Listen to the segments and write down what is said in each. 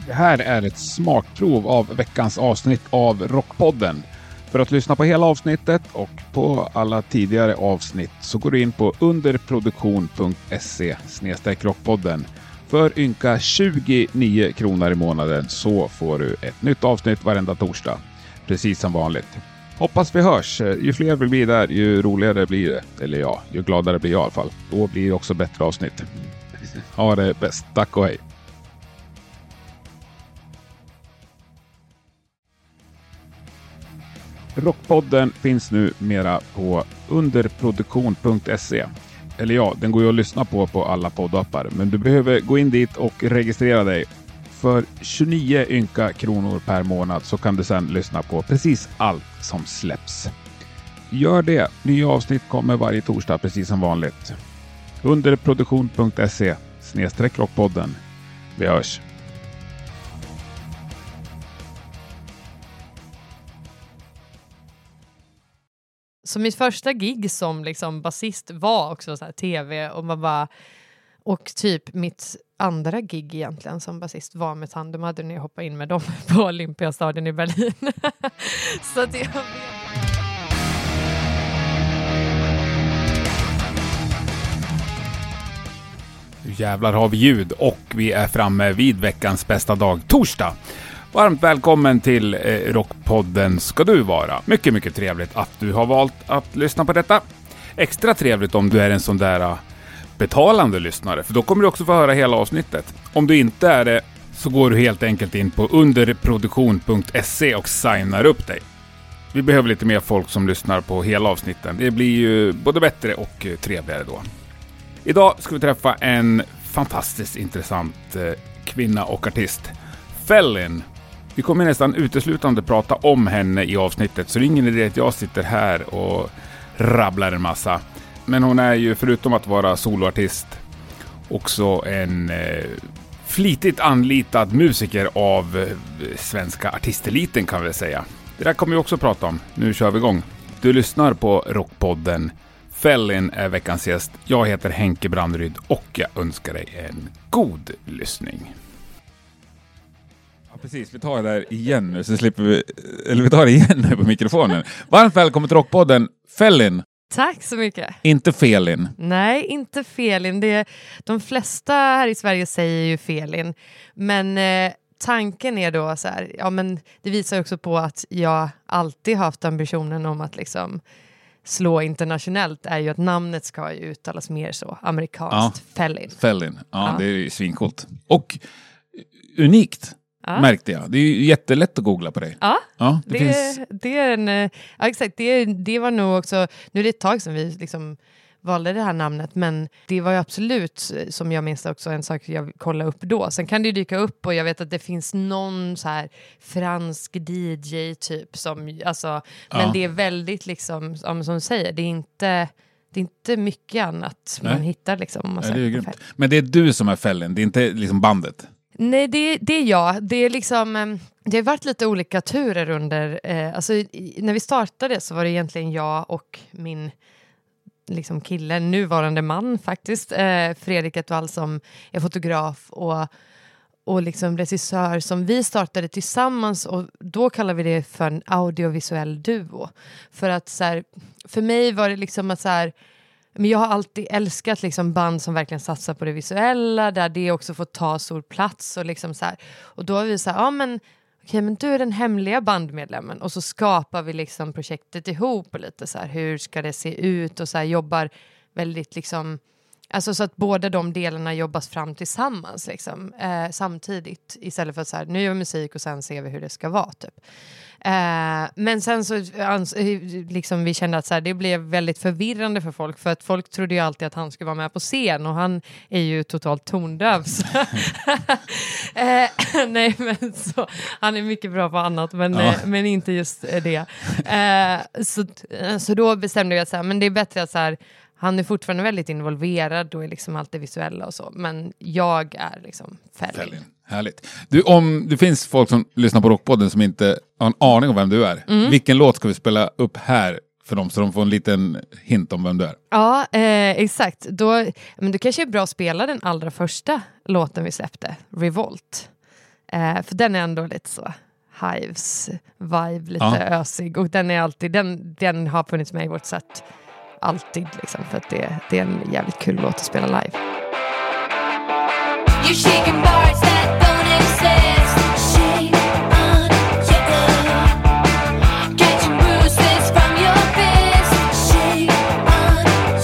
Det här är ett smakprov av veckans avsnitt av Rockpodden. För att lyssna på hela avsnittet och på alla tidigare avsnitt så går du in på underproduktion.se/rockpodden. För ynka 29 kronor i månaden så får du ett nytt avsnitt varenda torsdag. Precis som vanligt. Hoppas vi hörs. Ju fler vi blir där, ju roligare blir det. Eller ja, ju gladare blir jag i alla fall. Då blir det också bättre avsnitt. Ha det bäst. Tack och hej. Rockpodden finns nu mera på underproduktion.se. Eller ja, den går ju att lyssna på alla poddappar. Men du behöver gå in dit och registrera dig. För 29 ynka kronor per månad så kan du sedan lyssna på precis allt som släpps. Gör det. Nya avsnitt kommer varje torsdag precis som vanligt. Underproduktion.se/rockpodden. Vi hörs. Så mitt första gig som liksom basist var också så här tv och man bara, och typ mitt andra gig egentligen som basist var med Tandem, hade ni hoppat in med dem på Olympiastadion i Berlin. Så att jag Jävlar har vi ljud och vi är framme vid veckans bästa dag, torsdag. Varmt välkommen till Rockpodden ska du vara. Mycket, mycket trevligt att du har valt att lyssna på detta. Extra trevligt om du är en sån där betalande lyssnare, för då kommer du också få höra hela avsnittet. Om du inte är det så går du helt enkelt in på underproduktion.se och signar upp dig. Vi behöver lite mer folk som lyssnar på hela avsnitten. Det blir ju både bättre och trevligare då. Idag ska vi träffa en fantastiskt intressant kvinna och artist. Fellin. Vi kommer nästan uteslutande prata om henne i avsnittet, så det är ingen idé att jag sitter här och rabblar en massa. Men hon är ju, förutom att vara soloartist, också en flitigt anlitad musiker av svenska artisteliten kan vi säga. Det där kommer vi också prata om. Nu kör vi igång. Du lyssnar på Rockpodden. Fellin är veckans gäst. Jag heter Henke Branderyd och jag önskar dig en god lyssning. Ja, precis. Vi tar det där igen nu så slipper vi... Eller vi tar det igen nu på mikrofonen. Varmt välkommen till Rockpodden, Fellin. Tack så mycket. Inte Felin. Nej, inte Felin. De flesta här i Sverige säger ju Felin. Men tanken är då så här, ja men det visar också på att jag alltid haft ambitionen om att liksom slå internationellt, är ju att namnet ska ju uttalas mer så amerikanskt. Ja. Fellin. Ja, det är ju svincoolt. Och unikt. Ja. Märkte jag. Det är ju jättelätt att googla på dig. Ja, det är en... Ja, exakt. Det var nog också... Nu är det ett tag sedan vi liksom valde det här namnet, men det var ju absolut, som jag minns också, en sak jag kollade upp då. Sen kan det ju dyka upp och jag vet att det finns någon så här fransk DJ typ som... Alltså, men det är väldigt liksom, som du säger, det är inte mycket annat man hittar liksom. Om man det är grymt. Men det är du som är Fellin, det är inte liksom bandet. Nej, det är jag. Det är liksom, det har varit lite olika turer under, alltså när vi startade så var det egentligen jag och min liksom kille, nuvarande man faktiskt, Fredrik Etwall, som är fotograf och liksom regissör, som vi startade tillsammans, och då kallar vi det för en audiovisuell duo. För att så här, för mig var det liksom att så här, men jag har alltid älskat liksom band som verkligen satsar på det visuella, där det också får ta stor plats och liksom så här. Och då har vi så här, ja men okej, men du är den hemliga bandmedlemmen, och så skapar vi liksom projektet ihop och lite så här, hur ska det se ut, och så här jobbar väldigt liksom, alltså så att båda de delarna jobbas fram tillsammans liksom, samtidigt, istället för att så här, nu gör vi musik och sen ser vi hur det ska vara typ. Men sen så liksom vi kände att så här, det blev väldigt förvirrande för folk, för att folk trodde ju alltid att han skulle vara med på scen, och han är ju totalt tondöv. Nej, men så han är mycket bra på annat, men inte just det. Så då bestämde jag att så här, men det är bättre att så här, han är fortfarande väldigt involverad och är liksom alltid visuella och så, men jag är liksom Fellin. Härligt. Du, om det finns folk som lyssnar på Rockpodden som inte har en aning om vem du är, vilken låt ska vi spela upp här för dem, så de får en liten hint om vem du är? Ja, exakt. Men det kanske är bra att spela den allra första låten vi släppte, Revolt. För den är ändå lite så Hives vibe, lite ösig. Och den är alltid, den har funnits med i vårt set alltid liksom, för att det är en jävligt kul låt att spela live. You're shaking bars that don't exist. Shake on you. Catching bruises from your fist. Shake on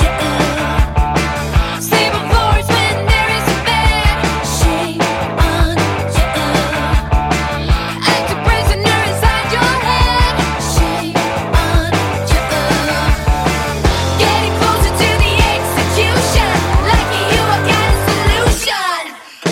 you. Stable floors when there is a bed. Shake on you. Act a prisoner inside your head. Shake on you. Getting closer to the execution. Like you have got a solution.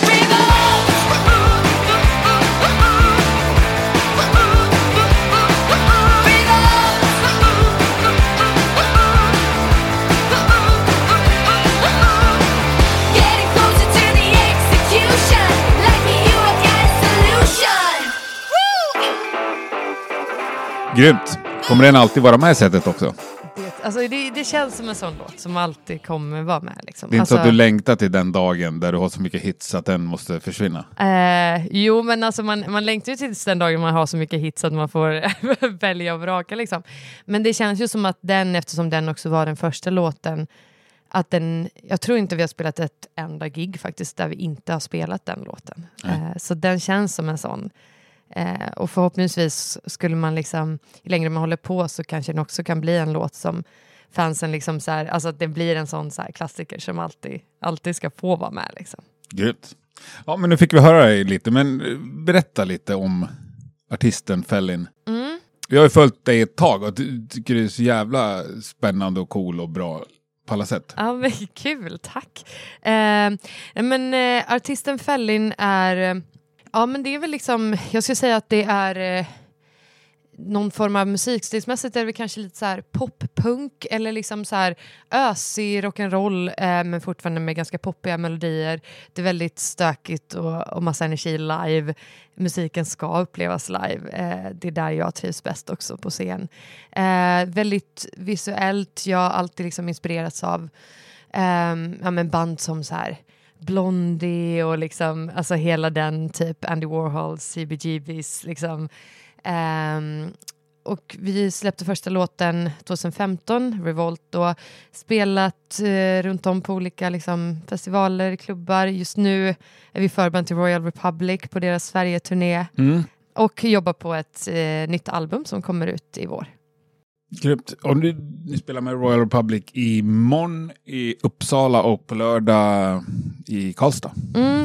Grymt. Kommer den alltid vara med i sättet också? Det känns som en sån låt som alltid kommer vara med. Liksom. Det är inte så att du längtar till den dagen där du har så mycket hits att den måste försvinna? Jo, men alltså man längtar ju till den dagen man har så mycket hits att man får välja och vraka. Liksom. Men det känns ju som att eftersom den också var den första låten, att jag tror inte vi har spelat ett enda gig faktiskt där vi inte har spelat den låten. Så den känns som en sån. Och förhoppningsvis skulle man liksom, ju längre man håller på så kanske den också kan bli en låt som fansen liksom så här, alltså att det blir en sån så här klassiker som alltid ska få vara med liksom. Grymt. Ja, men nu fick vi höra dig lite, men berätta lite om artisten Fellin. Jag har ju följt dig ett tag och tycker det är så jävla spännande och cool och bra på alla sätt. Ja, men kul, tack. Artisten Fellin är... Ja, men det är väl liksom, jag skulle säga att det är någon form av musikstilsmässigt är det kanske lite så här poppunk eller liksom så här ösig rock'n'roll, men fortfarande med ganska poppiga melodier. Det är väldigt stökigt och massa energi live. Musiken ska upplevas live. Det är där jag trivs bäst också på scen. Väldigt visuellt. Jag har alltid liksom inspirerats av band som så här Blondie och liksom, alltså hela den typ Andy Warhol, CBGBs liksom. Och vi släppte första låten 2015, Revolt då, spelat runt om på olika liksom, festivaler, klubbar. Just nu är vi förband till Royal Republic på deras Sverige-turné och jobbar på ett nytt album som kommer ut i vår. Grymt. Och ni spelar med Royal Republic imorgon i Uppsala och på lördag i Karlstad.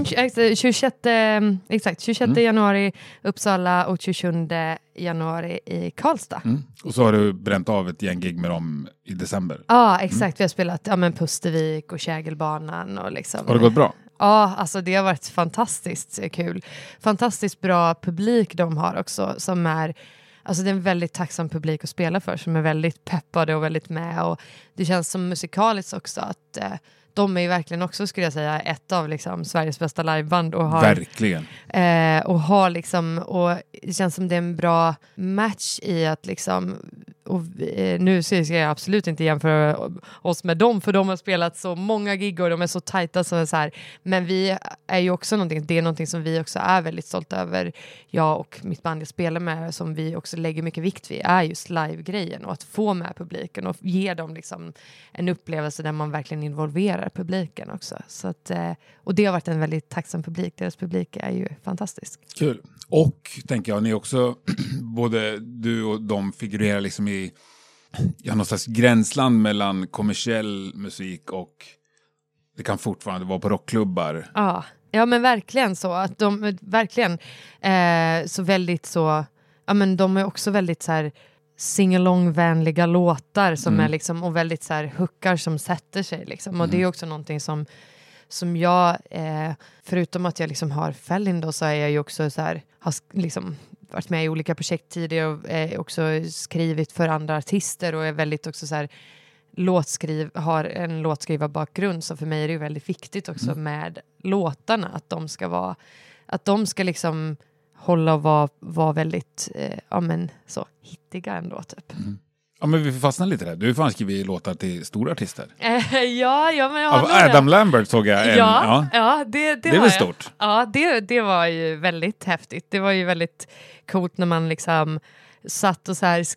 26 januari Uppsala och 27 januari i Karlstad. Och så har du bränt av ett gäng gig med dem i december. Ja, exakt. Vi har spelat Pustervik och Kägelbanan. Och liksom. Har det gått bra? Ja, alltså det har varit fantastiskt kul. Fantastiskt bra publik de har också som är... Alltså det är en väldigt tacksam publik att spela för som är väldigt peppade och väldigt med. Och det känns som musikaliskt också att de är ju verkligen också, skulle jag säga, ett av liksom Sveriges bästa liveband. Och har, verkligen. Och det känns som det är en bra match i att liksom... Och nu ska jag absolut inte jämföra oss med dem, för de har spelat så många gig och de är så tajta så här. Men vi är ju också det är någonting som vi också är väldigt stolta över, jag och mitt band jag spelar med, som vi också lägger mycket vikt vid, är just live-grejen och att få med publiken och ge dem liksom en upplevelse där man verkligen involverar publiken också. Så att, och det har varit en väldigt tacksam publik, deras publik är ju fantastisk. Kul. Och tänker jag, ni också, både du och de figurerar liksom i någon slags gränsland mellan kommersiell musik och det kan fortfarande vara på rockklubbar. Ja, men verkligen så. Att de verkligen så väldigt så, ja men de är också väldigt så här sing-along-vänliga låtar som är liksom, och väldigt så här hookar som sätter sig liksom. Och det är också någonting som jag, förutom att jag liksom har Fellin då, så är jag ju också så här, har liksom varit med i olika projekt tidigare och också skrivit för andra artister och är väldigt också så här har en låtskriva-bakgrund, så för mig är det ju väldigt viktigt också med låtarna, att de ska liksom hålla och vara väldigt så hittiga ändå typ. Ja, men vi fastnar lite där. Du har fan skrivit låtar till stora artister. Ja, men jag har några. Adam Lambert såg jag. Ja, det är väl stort? Ja, det var ju väldigt häftigt. Det var ju väldigt coolt när man liksom satt och så här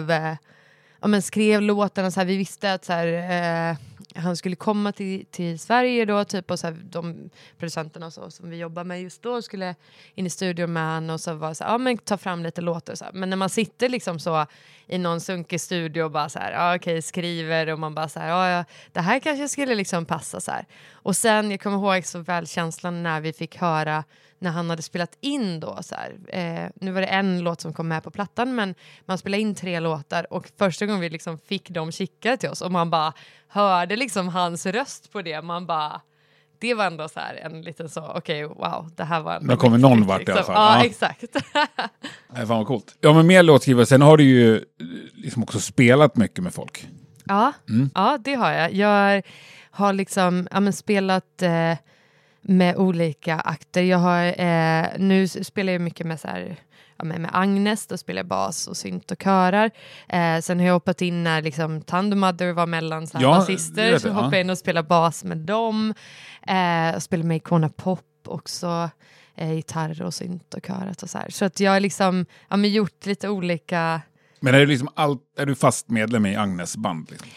skrev låtarna. Så här, vi visste att så här, han skulle komma till Sverige då, typ, och så här, de producenterna och så, som vi jobbar med just då skulle in i studion med han och så var så här, ja men ta fram lite låtar så här. Men när man sitter liksom så i någon sunkig studio och bara så här, ja okej, skriver och man bara så här, ja det här kanske skulle liksom passa så här. Och sen, jag kommer ihåg så väl känslan när vi fick höra när han hade spelat in då så här, nu var det en låt som kom med på plattan, men man spelade in 3 låtar och första gången vi liksom fick dem skickade till oss och man bara hörde liksom hans röst på det, man bara, det var ändå så här en liten så, okej, wow, det här var ändå då kommer någon vart i alla fall. Ja, exakt. Fan vad coolt. Ja, men mer låtskrivare. Sen har du ju liksom också spelat mycket med folk. Ja, ja, det har jag. Jag har liksom spelat med olika akter. Jag har, nu spelar jag mycket med så här, med Agnes, då spelar jag bas och synt och körar. Sen har jag hoppat in när liksom Thundermother var mellan så här basister, så hoppade jag in och spelade bas med dem. Och spelade med Icona Pop också, gitarr och synt och körat och så här. Så att jag har liksom gjort lite olika. Men är du liksom är du fast medlem i Agnes band liksom?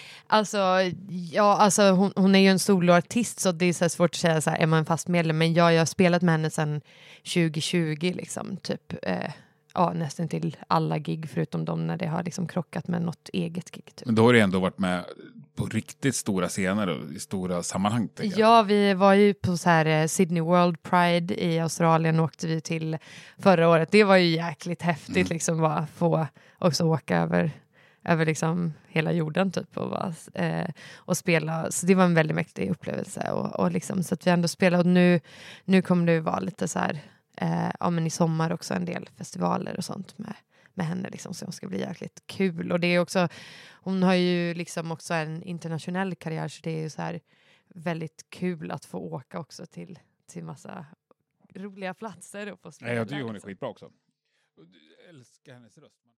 Alltså hon är ju en soloartist, så det är så här svårt att säga så här, är man fast medlem, men jag har spelat med henne sedan 2020 liksom, typ nästan till alla gig förutom de när det har liksom krockat med något eget gig typ. Men då har du ändå varit med på riktigt stora scener och i stora sammanhang. Ja, vi var ju på så här Sydney World Pride i Australien, åkte vi till förra året. Det var ju jäkligt häftigt liksom, bara få också åka över liksom hela jorden typ och spela. Så det var en väldigt mäktig upplevelse och liksom, så att vi ändå spelade, och nu kommer det vara lite så här men i sommar också en del festivaler och sånt med henne liksom, som ska bli jäkligt kul. Och det är också, hon har ju liksom också en internationell karriär, så det är ju så här väldigt kul att få åka också till massa roliga platser och få spela. Nej, jag tycker hon är skitbra också. Jag älskar hennes röst.